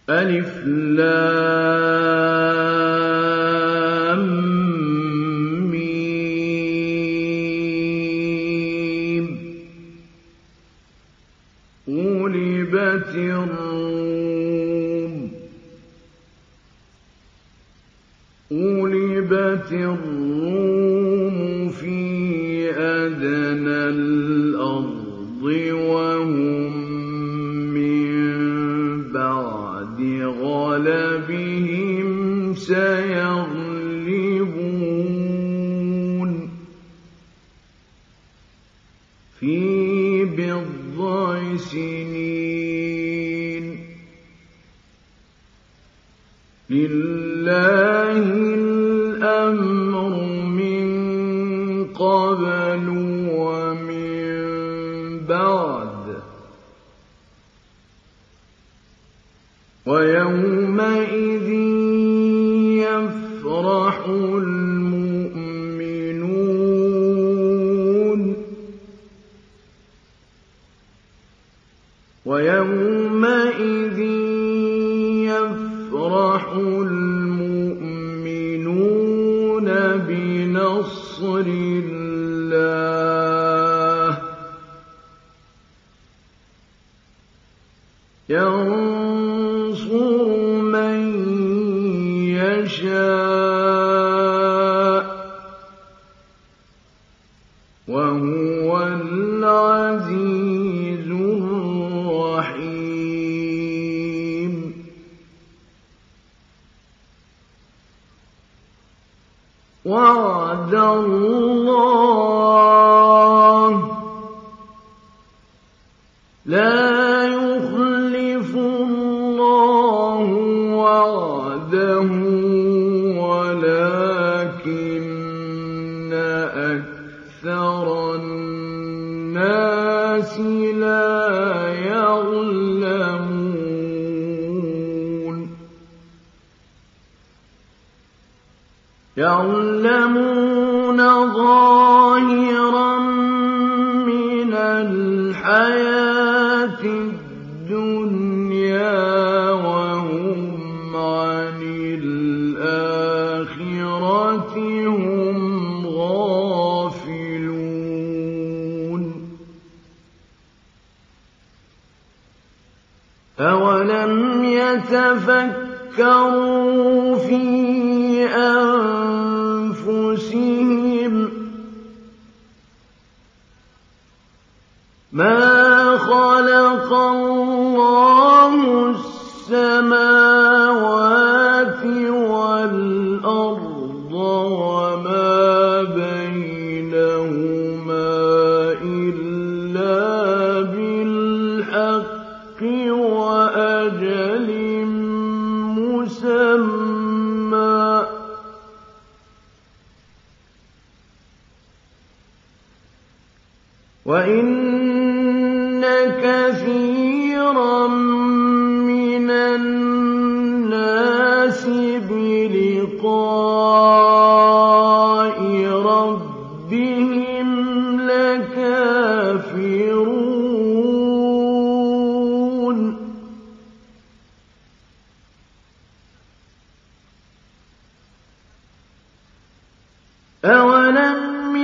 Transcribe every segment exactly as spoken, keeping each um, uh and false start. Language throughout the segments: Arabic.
ألف لام ميم غلبت الروم غلبت الروم في أدنى الأرض وهم من بعد غلبهم سيغلبون في بضع سنين لله الأمر من قبل ومن بعد ويومئذ يفرح المؤمنون ويومئذ يفرح المؤمنون بنصر الله ينصر من يشاء وهو العزيز الرحيم وعد الله لا يخلف الله وعده ولكن أكثر الناس لا يعلمون يعلمون ظاهرا من الحياة الدنيا وهم عن الآخرة هم غافلون أولم يتفكروا في أنفسهم ما خلق الله السماوات والأرض وما بينهما إلا بالحق وأجل مسمى وإن كثيرا من الناس بلقاء ربهم لكافرون أولم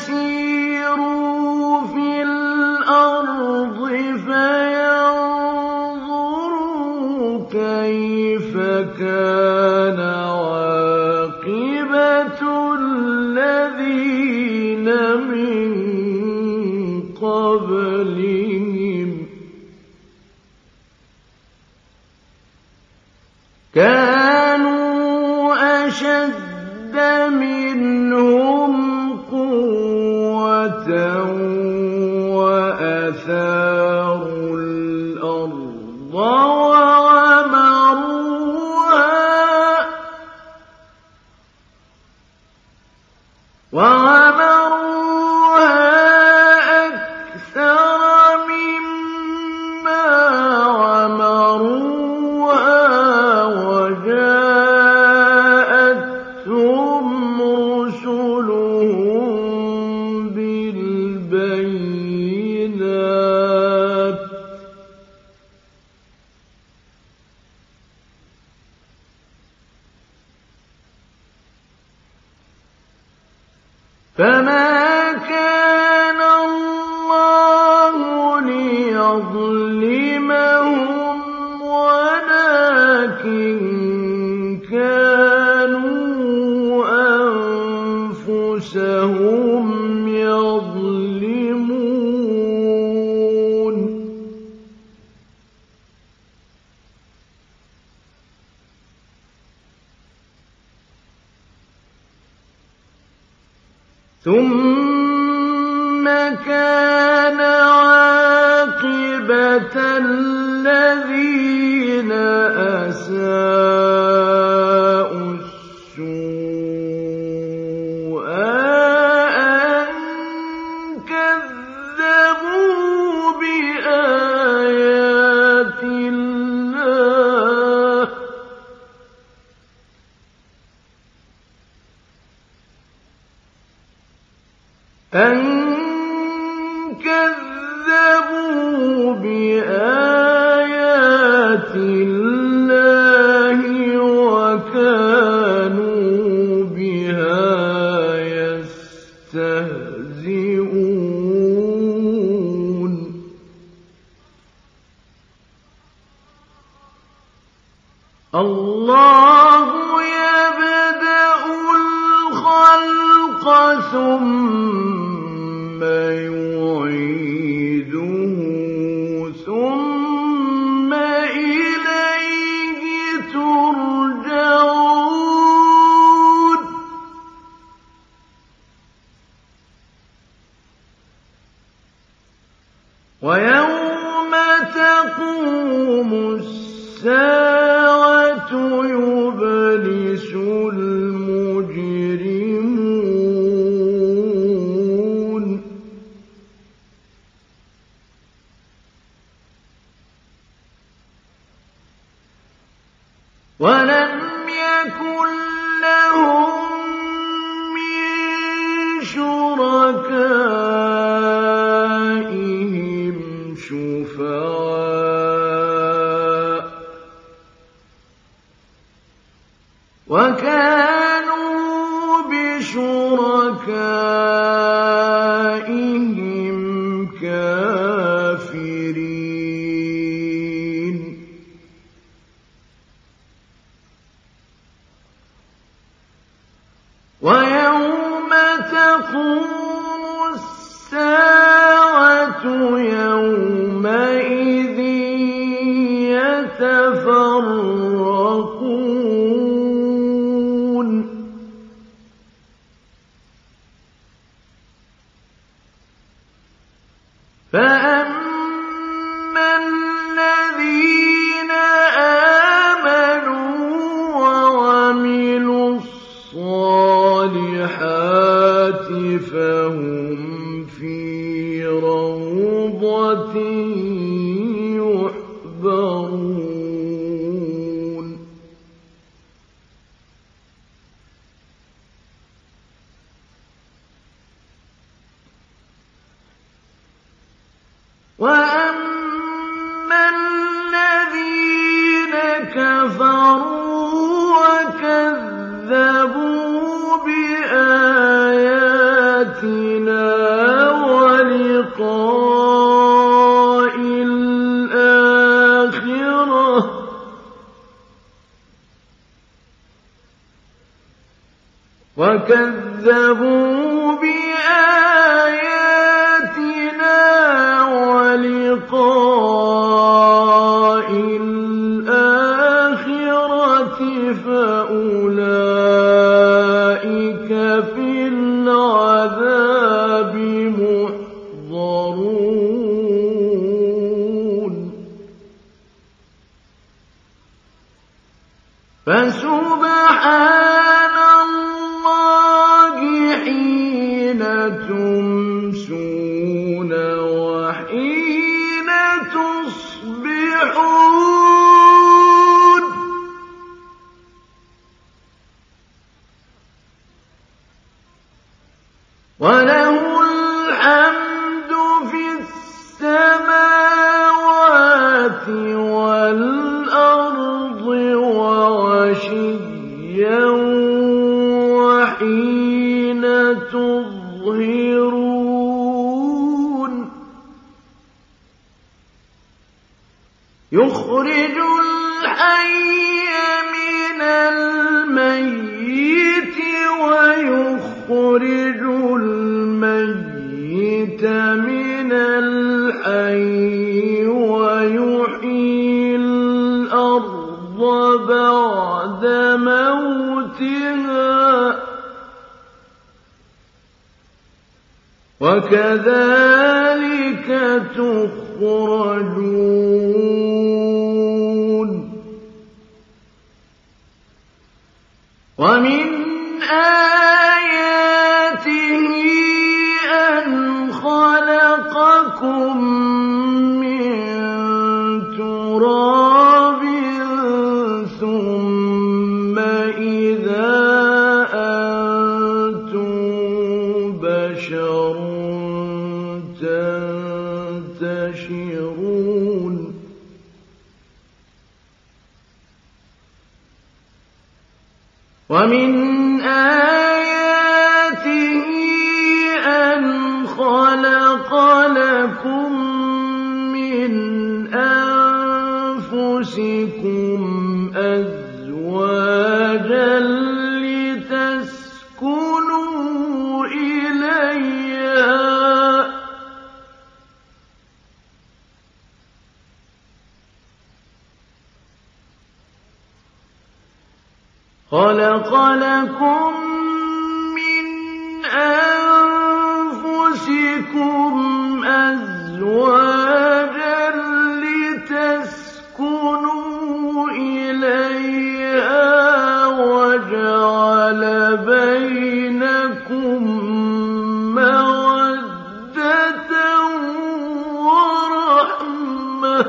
يسيروا في الأرض فينظروا كيف كان عاقبة الذين من قبلهم كانوا أشد منهم قوة وأثاروا الأرض وعمروها وعمروها أكثر مما عمروها وجاءتهم رسلهم بالبينات فما كان الله ليظلمهم ولكن كانوا أنفسهم يظلمون ثم كان عاقبة الذين أساءوا السوء أن كذبوا بآيات الله أن كذبوا بآيات الله وكانوا بها يستهزئون الله يبدأ الخلق ثم يعيده ثم إليه ترجعون ويوم تقوم الساعة يبلس المجرمون ولم يكن لهم من شركائهم شفعاء وكانوا بشركائهم كافرين ويوم تقوم الساعة يومئذ يتفرقون فأما الذين آمنوا وعملوا الصالحات فهم في روضة يحبرون وأما الذين كفروا وكذبوا بآياتنا ولقاء الآخرة وكذبوا بآياتنا ولقاء الآخرة فأولئك في العذاب محضرون فسبحان الله حين تمسون وحين تصبحون وله الحمد في السماوات والأرض وعشيا يخرج الحي من الميت ويخرج الميت من الحي ويحيي الأرض بعد موتها وكذلك تخرجون ومن آياته أن خلقكم من تراب ثم إذا أنتم بشر تنتشرون ومن آياته أن خلق لكم من أنفسكم أزواجا لتسكنوا إليها خلق لكم من أنفسكم أزواجا لتسكنوا إليها وجعل بينكم مودة ورحمة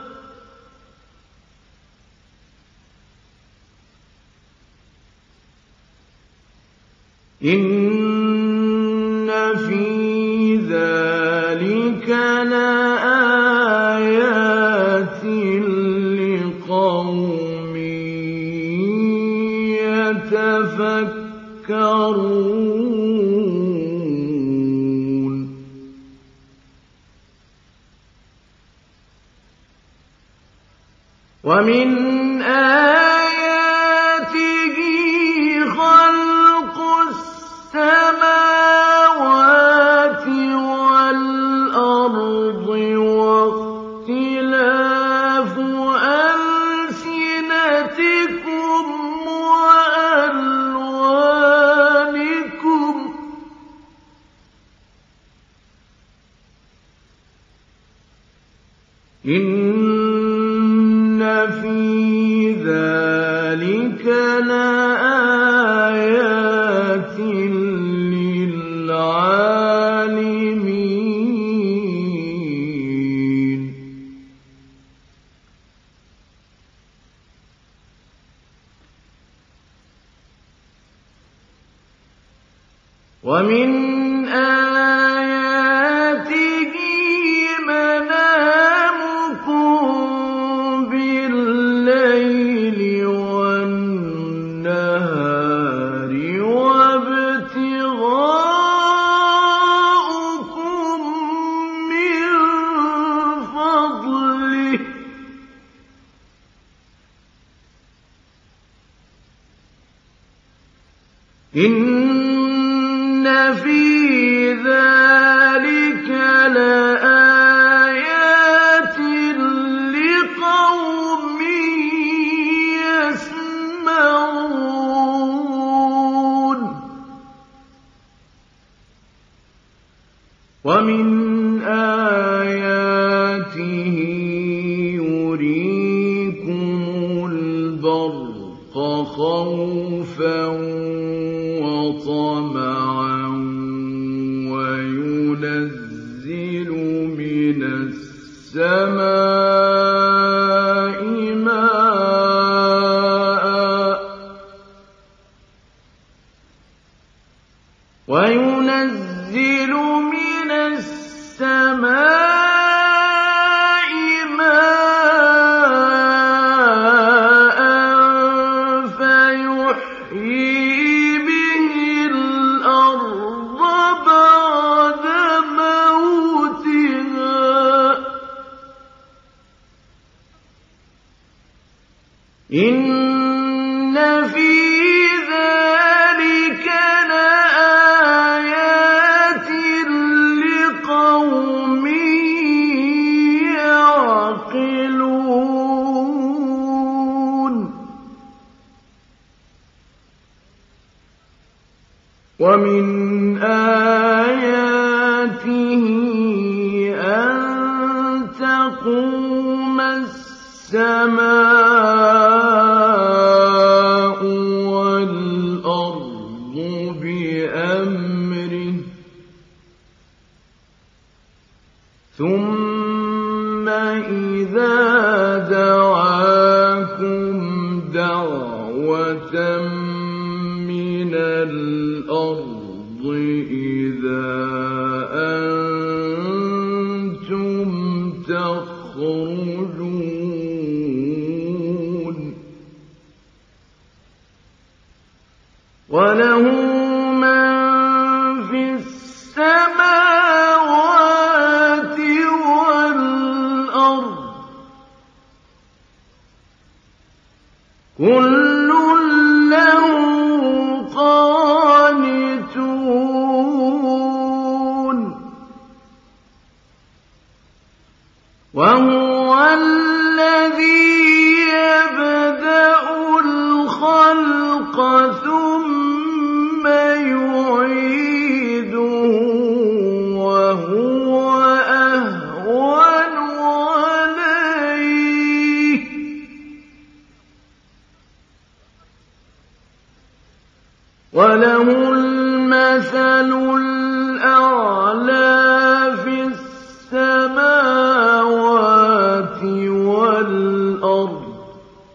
إن في ذلك لآيات لقوم يتفكرون ومن آياته خلق السماوات والأرض واختلاف ألسنتكم وألوانكم إن في ذلك لآيات للعالمين ومن آياته منامكم بالليل والنهار وابتغاؤكم من فضله إن في ذلك لآيات لقوم يسمعون ومن آياته يريكم البرق خوفا وطمعا وينزل من السماء ماء وينزل من السماء ماء فيحيي به الأرض إِنَّ فِي ذَلِكَ لَآيَاتٍ لِّقَوْمٍ يَعْقِلُونَ وَمِنْ آيَاتِهِ أَن تَقُومَ السَّمَاءُ وَالْأَرْضُ بِأَمْرِهِ ثُمَّ إِذَا دَعَاكُمْ دَعْوَةً مِّنَ الْأَرْضِ إِذَا أَنتُمْ تَخْرُجُونَ وَلَهُ مَن فِي السَّمَاوَاتِ وَالْأَرْضِ كُلٌّ لَّهُ قَانِتُونَ وَهُوَ الَّذِي يَبْدَأُ الْخَلْقَ ثُمَّ يُعِيدُهُ وَهُوَ أَهْوَنُ عَلَيْهِ ۚ وَلَهُ الْمَثَلُ الْأَعْلَىٰ فِي السَّمَاوَاتِ وَالْأَرْضِ ۚ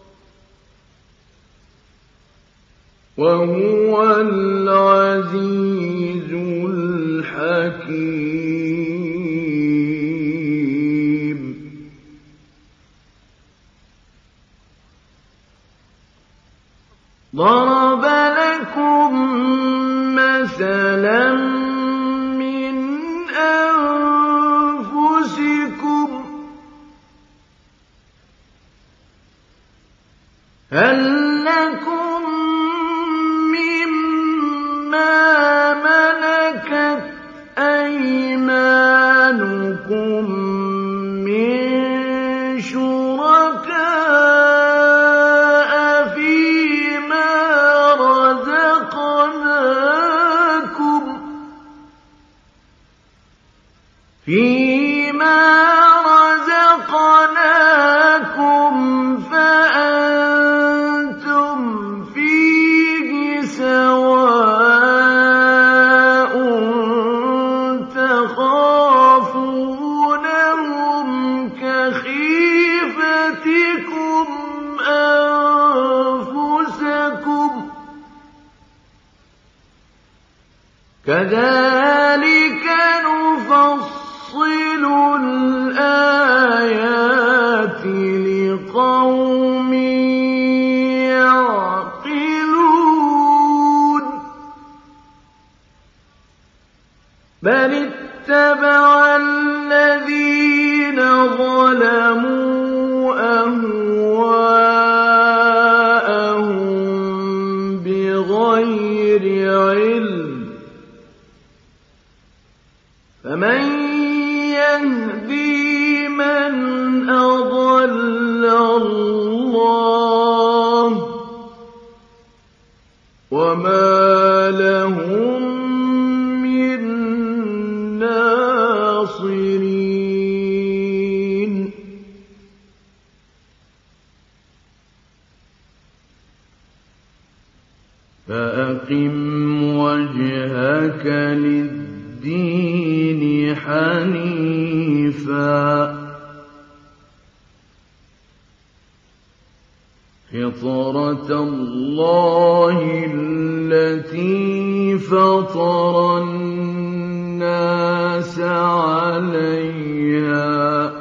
وَهُوَ الْعَزِيزُ الْحَكِيمُ ضَرَبَ لَكُم مَّثَلًا مِّنْ أَنفُسِكُمْ ۖ هَل لَّكُم مِّمَّا مَلَكَتْ أَيْمَانُكُم مِّن شُرَكَاءَ فِيمَا رَزَقْنَاكُمْ فِيمَا رَزَقْنَاكُمْ فَأَنتُمْ فِيهِ سَوَاءٌ تَخَافُونَهُمْ كَخِيفَتِكُمْ أَنفُسَكُمْ ۚ كَذَٰلِكَ نُفَصِّلُ الْآيَاتِ لِقَوْمٍ يَعْقِلُونَ بَلِ اتَّبَعَ الَّذِينَ ظَلَمُوا أَهْوَاءَهُم بِغَيْرِ عِلْمٍ ۖ فَمَن يَهْدِي مَنْ أَضَلَّ اللَّهُ ۖ وَمَا لَهُم مِّن نَّاصِرِينَ فَأَقِمْ وَجْهَكَ لِلدِّينِ حَنِيفًا فِطْرَتَ اللَّهِ الَّتِي فَطَرَ النَّاسَ عَلَيْهَا ۚ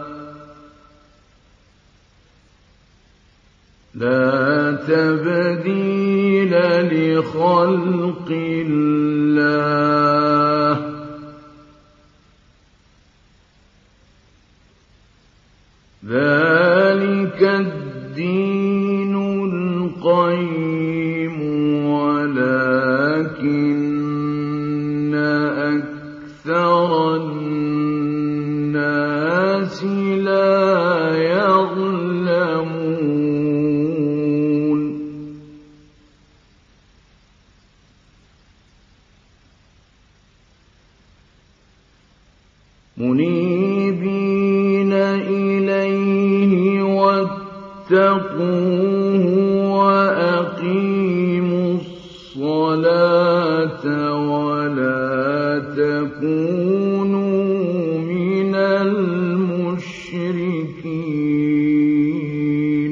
لَا تَبْدِيلَ لِخَلْقِ اللَّهِ ۚ ذَٰلِكَ الدِّينُ قَيِّمٌ وَلَٰكِنَّ أَكْثَرَ النَّاسِ لَا يَعْلَمُونَ مُنِيبِينَ إِلَيْهِ وَاتَّقُوهُ وَأَقِيمُوا الصَّلَاةَ وَلَا تَكُونُوا مِنَ الْمُشْرِكِينَ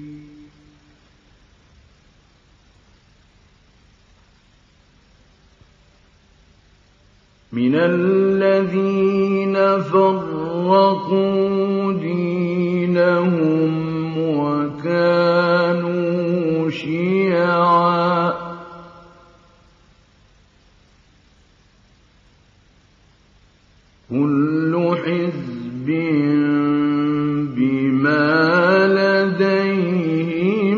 مِنَ الَّذِينَ فَرَّقُوا دِينَهُمْ وَكَانُوا شِيَعًا ۖ كُلُّ حِزْبٍ بِمَا لَدَيْهِمْ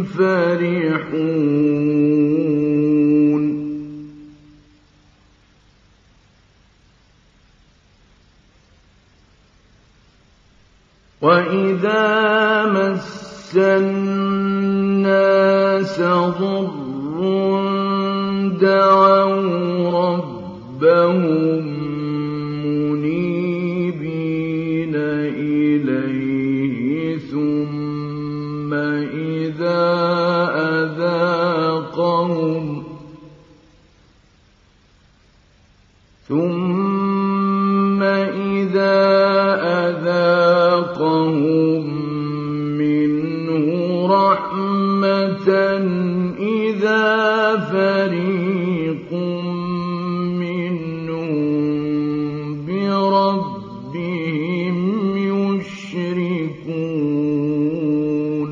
فَرِحُونَ وَإِذَا مَسَّ النَّاسَ ضُرٌّ دَعَوْا رَبَّهُم مُّنِيبِينَ إِلَيْهِ ثُمَّ إِذَا أَذَاقَهُمْ ثُمَّ إِذَا أَذَاقَهُم مِّنْهُ رَحْمَةً إِذَا فَرِيقٌ مِّنْهُم بِرَبِّهِمْ يُشْرِكُونَ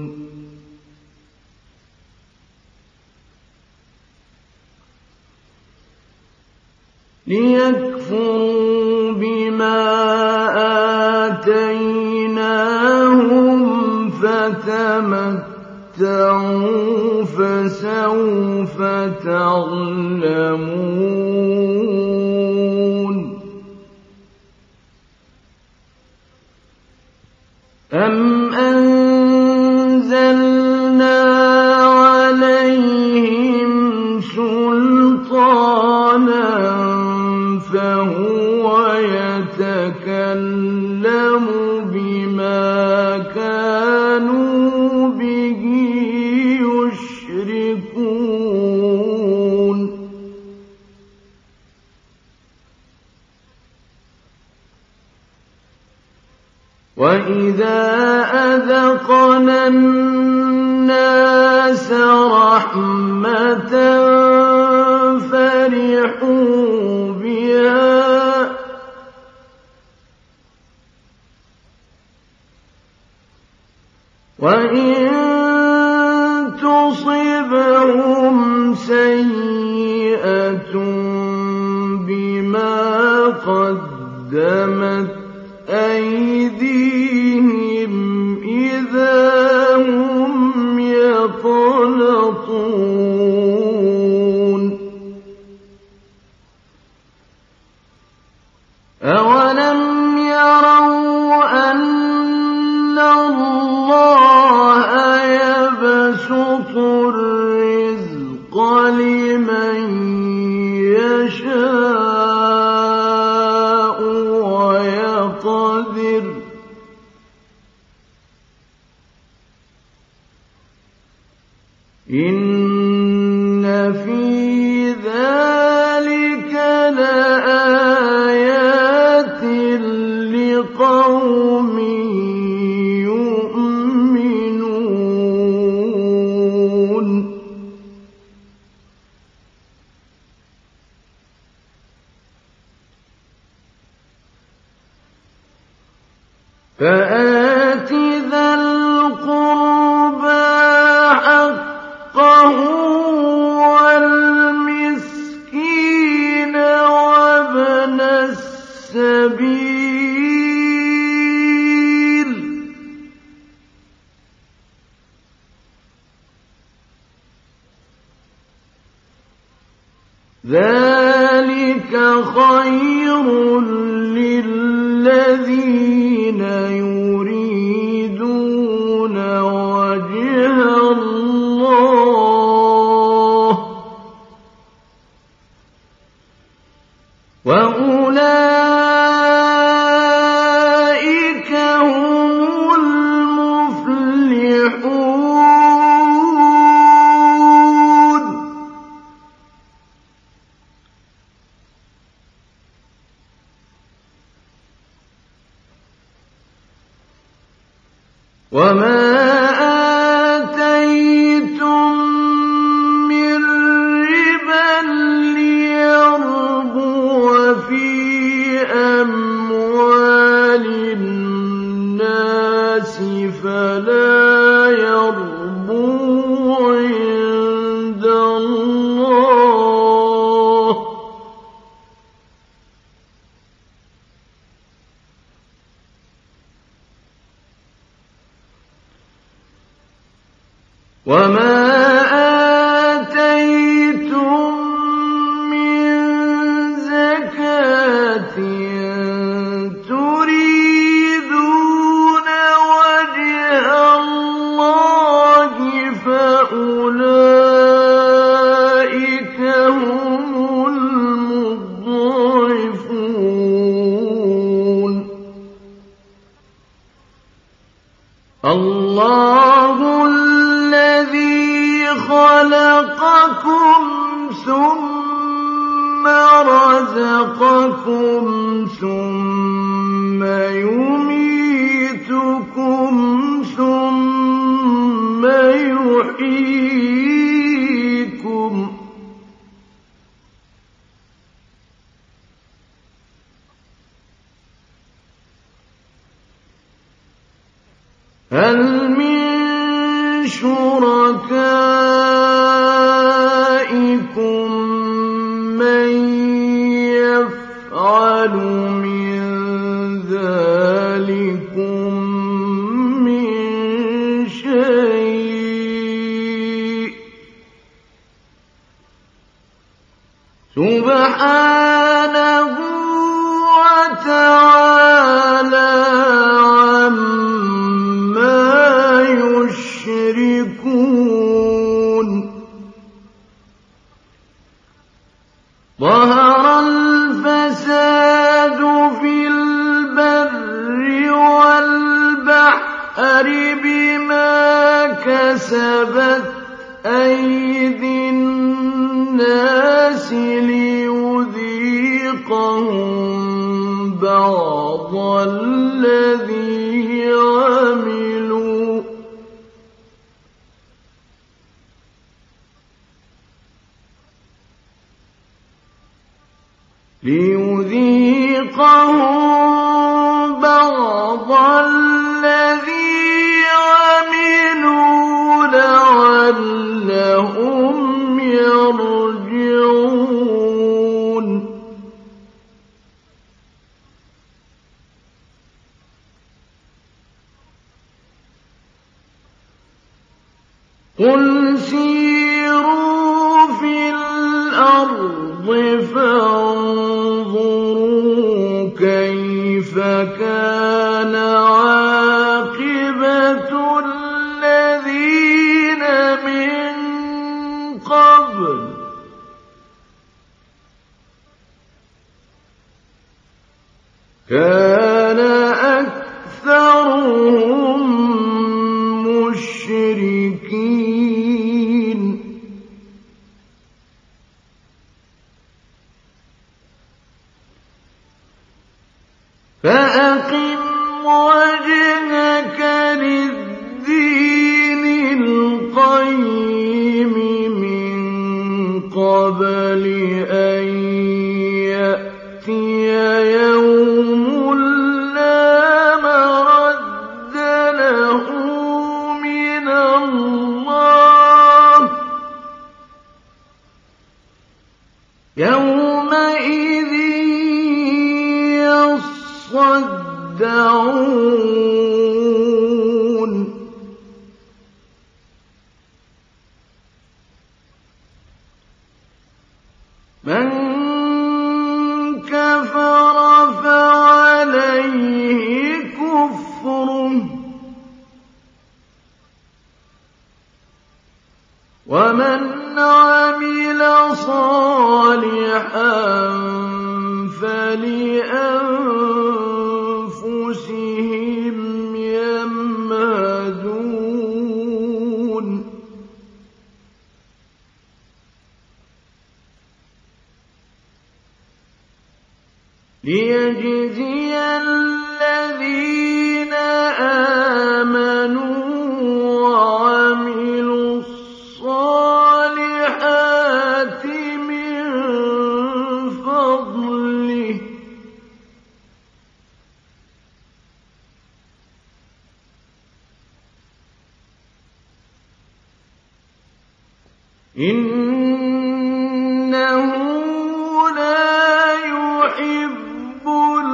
لِيَكْفُرُوا بِمَا آتَيْنَاهُمْ فَتَمَتَّعُوا فَسَوْفَ تَعْلَمُونَ أَمْ أَنزَلْنَا عَلَيْهِمْ سُلْطَانًا فَهُوَ يَتَكَلَّمُ بِمَا كَانُوا بِهِ يُشْرِكُونَ وَإِذَا أَذَقْنَا النَّاسَ رَحْمَةً فَرِحُوا بِهَا وَإِن تُصِبْهُمْ سَيِّئَةٌ بِمَا قَدَّمَتْ أَيْدِيهِمْ إِذَا هُمْ يَقْنَطُونَ أَوَلَمْ يَرَوْا أَنَّ اللَّهَ يَبْسُطُ الرِّزْقَ لِمَن يَشَاءُ وَيَقْدِرُ إِنَّ فِي ذَلِكَ لَآيَاتٍ لِقَوْمٍ يُؤْمِنُونَ فَآتِ ذَا الْقُرْبَىٰ حَقَّهُ وَالْيَتَامَىٰ ذلك خير للذين يريدون وجه الله وأولئك هم المفلحون. وما آتيتم من ربا ليربو في أموال الناس فلا يربو عند الله وما آتيتم من زكاة تريدون وجه الله فأولئك هم المضعفون. الله الذي خلقكم ثم رزقكم ثم يميتكم ثم يحييكم هل من شركائكم من يفعل من ذلكم من شيء سبحانه وتعالى عما يشركون. ظهر الفساد في البر والبحر بما كسبت أيدي الناس ليذيقهم بعض الذي عملوا ليذيقهم بعض الذي عملوا لعلهم يرجعون. قل سيروا في الأرض فانظروا كيف كان عاقبة الذين من قبل كان أكثرهم مشركين. فأقم وجهك للدين القيم من قبل أن يأتي يوم لا مرد له من الله يومئذ يصدعون. مَن كَفَرَ فَعَلَيْهِ كُفْرُهُ ۖ وَمَنْ عَمِلَ صَالِحًا فَلِأَنفُسِهِمْ يَمْهَدُونَ لِيَجْزِيَ الَّذِينَ آمَنُوا وَعَمِلُوا الصَّالِحَاتِ مِن فَضْلِهِ ۚ إِنَّهُ لَا يُحِبُّ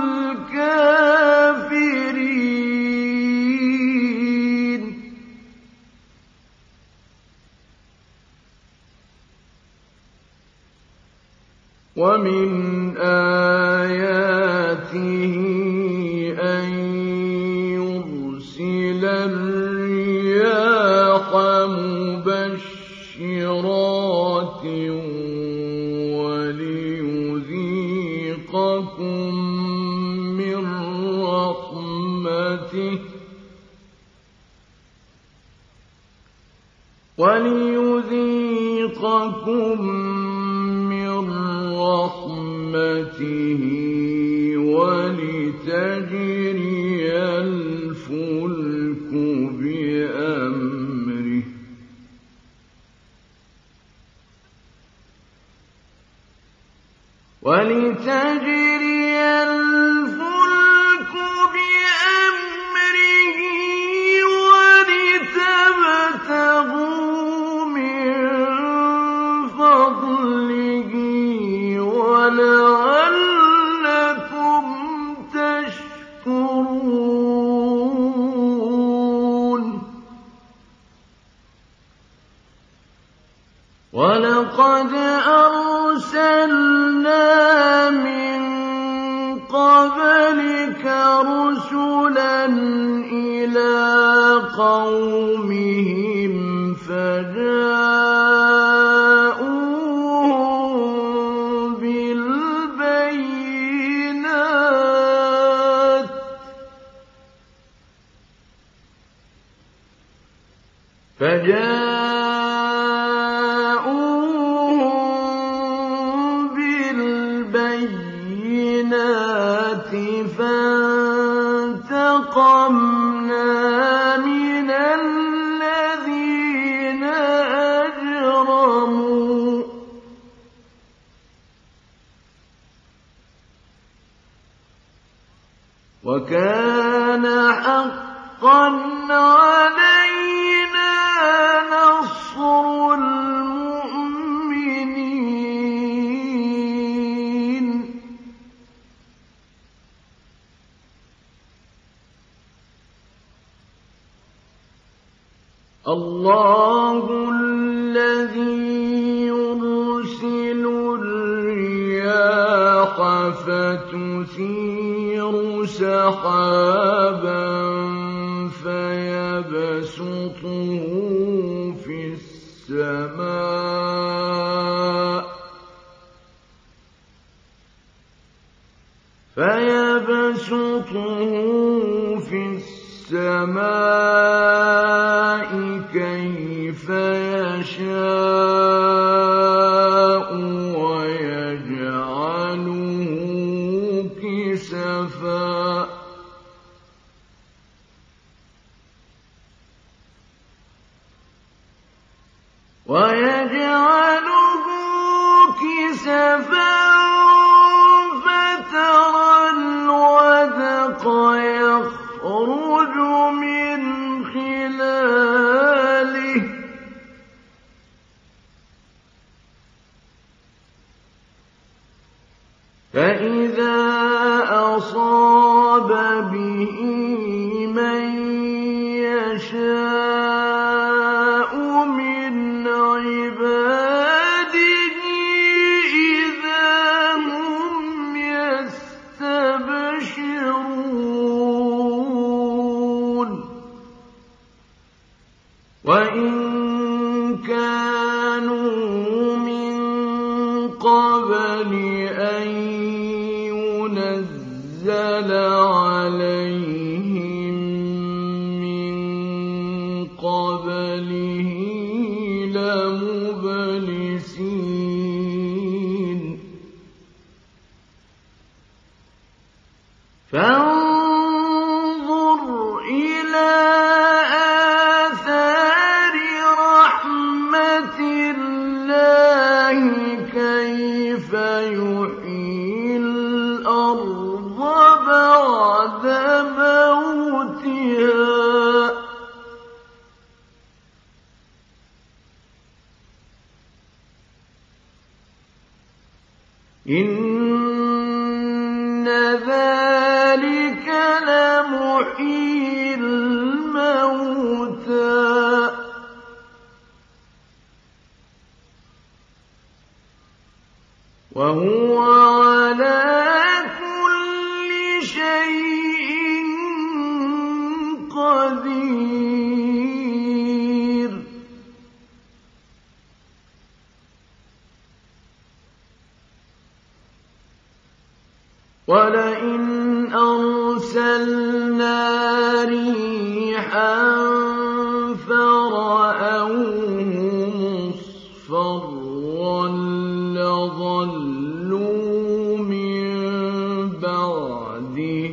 الْكَافِرِينَ. وَمِنْ آيَاتِهِ أَن يُرْسِلَ الرِّيَاحَ مُبَشِّرَاتٍ وَلِيُذِيقَكُم مِّن رَّحْمَتِهِ وَلِيُذِيقَكُم مِّن رَّحْمَتِهِ وَلِتَجْرِيَ الْفُلْكُ بِأَمْرِهِ وَلِتَجْرِيَ الْفُلْكُ بِأَمْرِهِ وَلِتَبْتَغُوا مِن فَضْلِهِ وَلَعَلَّكُمْ تَشْكُرُونَ. وَلَقَدْ أَرْسَلْنَا مِن قَبْلِكَ رُسُلًا إِلَىٰ قَوْمِهِمْ فَجَاءُوهُم بِالْبَيِّنَاتِ فَانتَقَمْنَا مِنَ الَّذِينَ أَجْرَمُوا ۖ وَكَانَ حَقًّا عَلَيْنَا نَصْرُ الْمُؤْمِنِينَ. اللَّهُ الَّذِي يُرْسِلُ الرِّيَاحَ فَتُثِيرُ سَحَابًا فَيَبْسُطُهُ فِي السَّمَاءِ فَيَبْسُطُهُ فِي السَّمَاءِ كَيْفَ يَشَاءُ وَيَجْعَلُهُ كِسَفًا وَيَجْعَلُهُ كِسَفًا فَتَرَى الْوَدْقَ يَخْرُجُ مِنْ خِلَالِهِ فَإِذَا أَصَابَ بِهِ مَن يَشَاءُ مِنْ عِبَادِهِ إِذَا كانوا من قبل أن ينزل عليهم من قبله لمبلسين فانظر إلى آثار رحمة الله كيف يحيي الأرض بعد موتها إن ذلك لمحيي الموتى وهو على كل شيء قدير ولئن أرسلنا ريحا فرأوه مصفرا لظلوا من بعده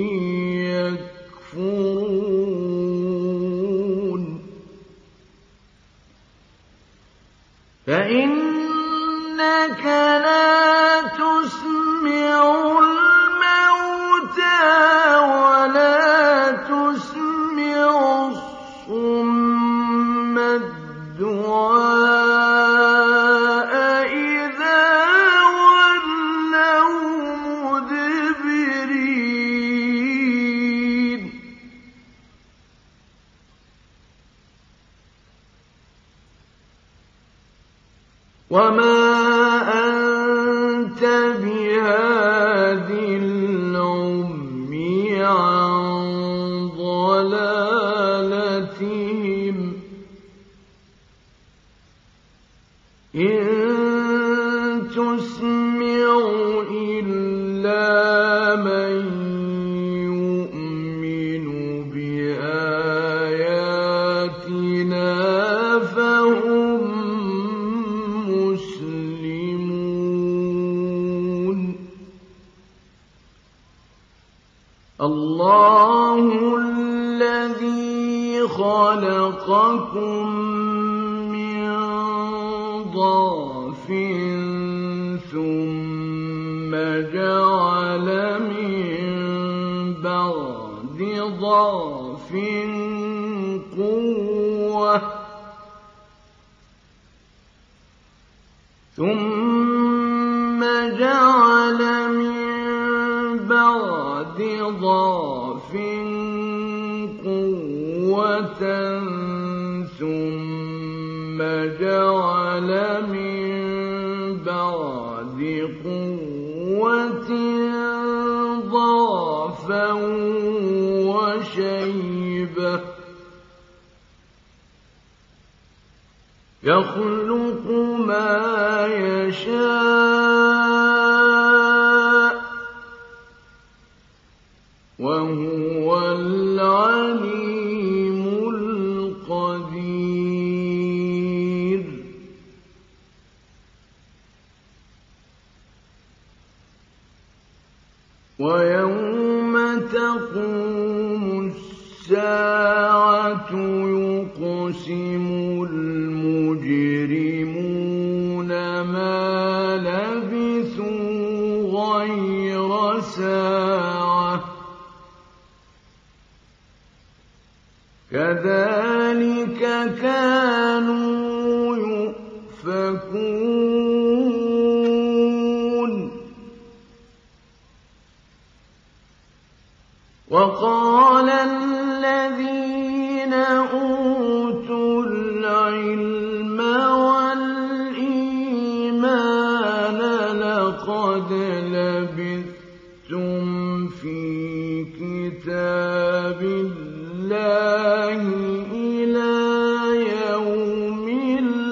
يكفرون فإنك لا تسمع ولا تسمع الصم الدعاء إذا ولوا مدبرين وما أنت بهاد العمي عن ضلالتهم إن تسمع إلا من يؤمن بآياتنا فهم مسلمون الله الذي خلقكم من ضعف ثم جعل من بعد ضعف قوة ثم جعل من بعد ضعف قوة ثم جعل من بعد قوة ضعفا وشيبة يخلق ما يشاء وهو العليم القدير ويوم تقوم الساعة يقسم المجرمون ما لبثوا غير ساعة كذلك كانوا يؤفكون وقال الذين أوتوا العلم والإيمان لقد لبثتم في كتاب الله إلى يوم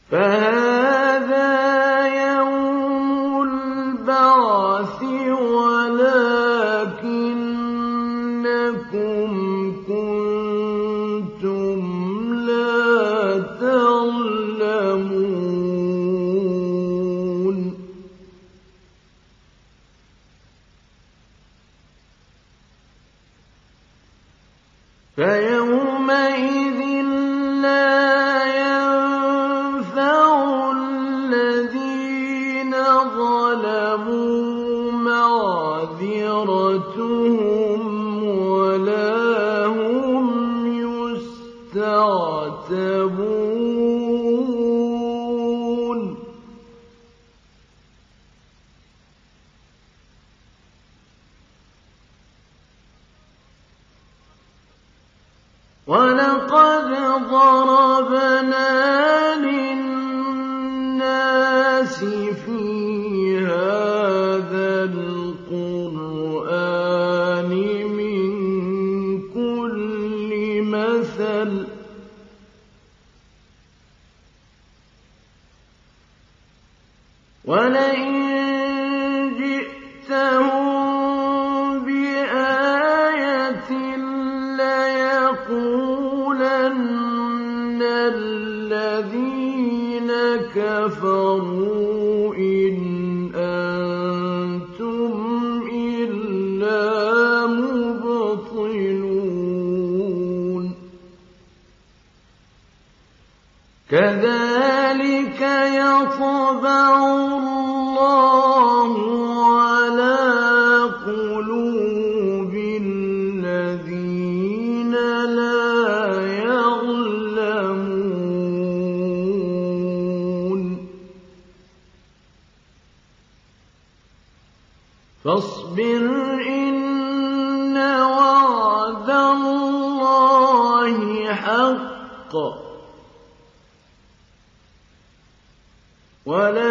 فهذا يوم البعث ولكنكم كنتم لا تعلمون فيومئذ لا ينفع الذين ظلموا معذرتهم ولا هم يستعتبون وَلَقَدْ ضَرَبْنَا لِلنَّاسِ فِي هَٰذَا الْقُرْآنِ مِن كُلِّ مَثَلٍ ۚ وَلَئِن جِئْتَهُم بِآيَةٍ لَّيَقُولَنَّ الَّذِينَ كَفَرُوا إِنْ أَنتُمْ إِلَّا مُبْطِلُونَ كَذَٰلِكَ يَطْبَعُ اللَّهُ عَلَىٰ قُلُوبِ الَّذِينَ لَا يَعْلَمُونَ فَاصْبِرْ إِنَّ وَعْدَ اللَّهِ حَقٌّ وَلَا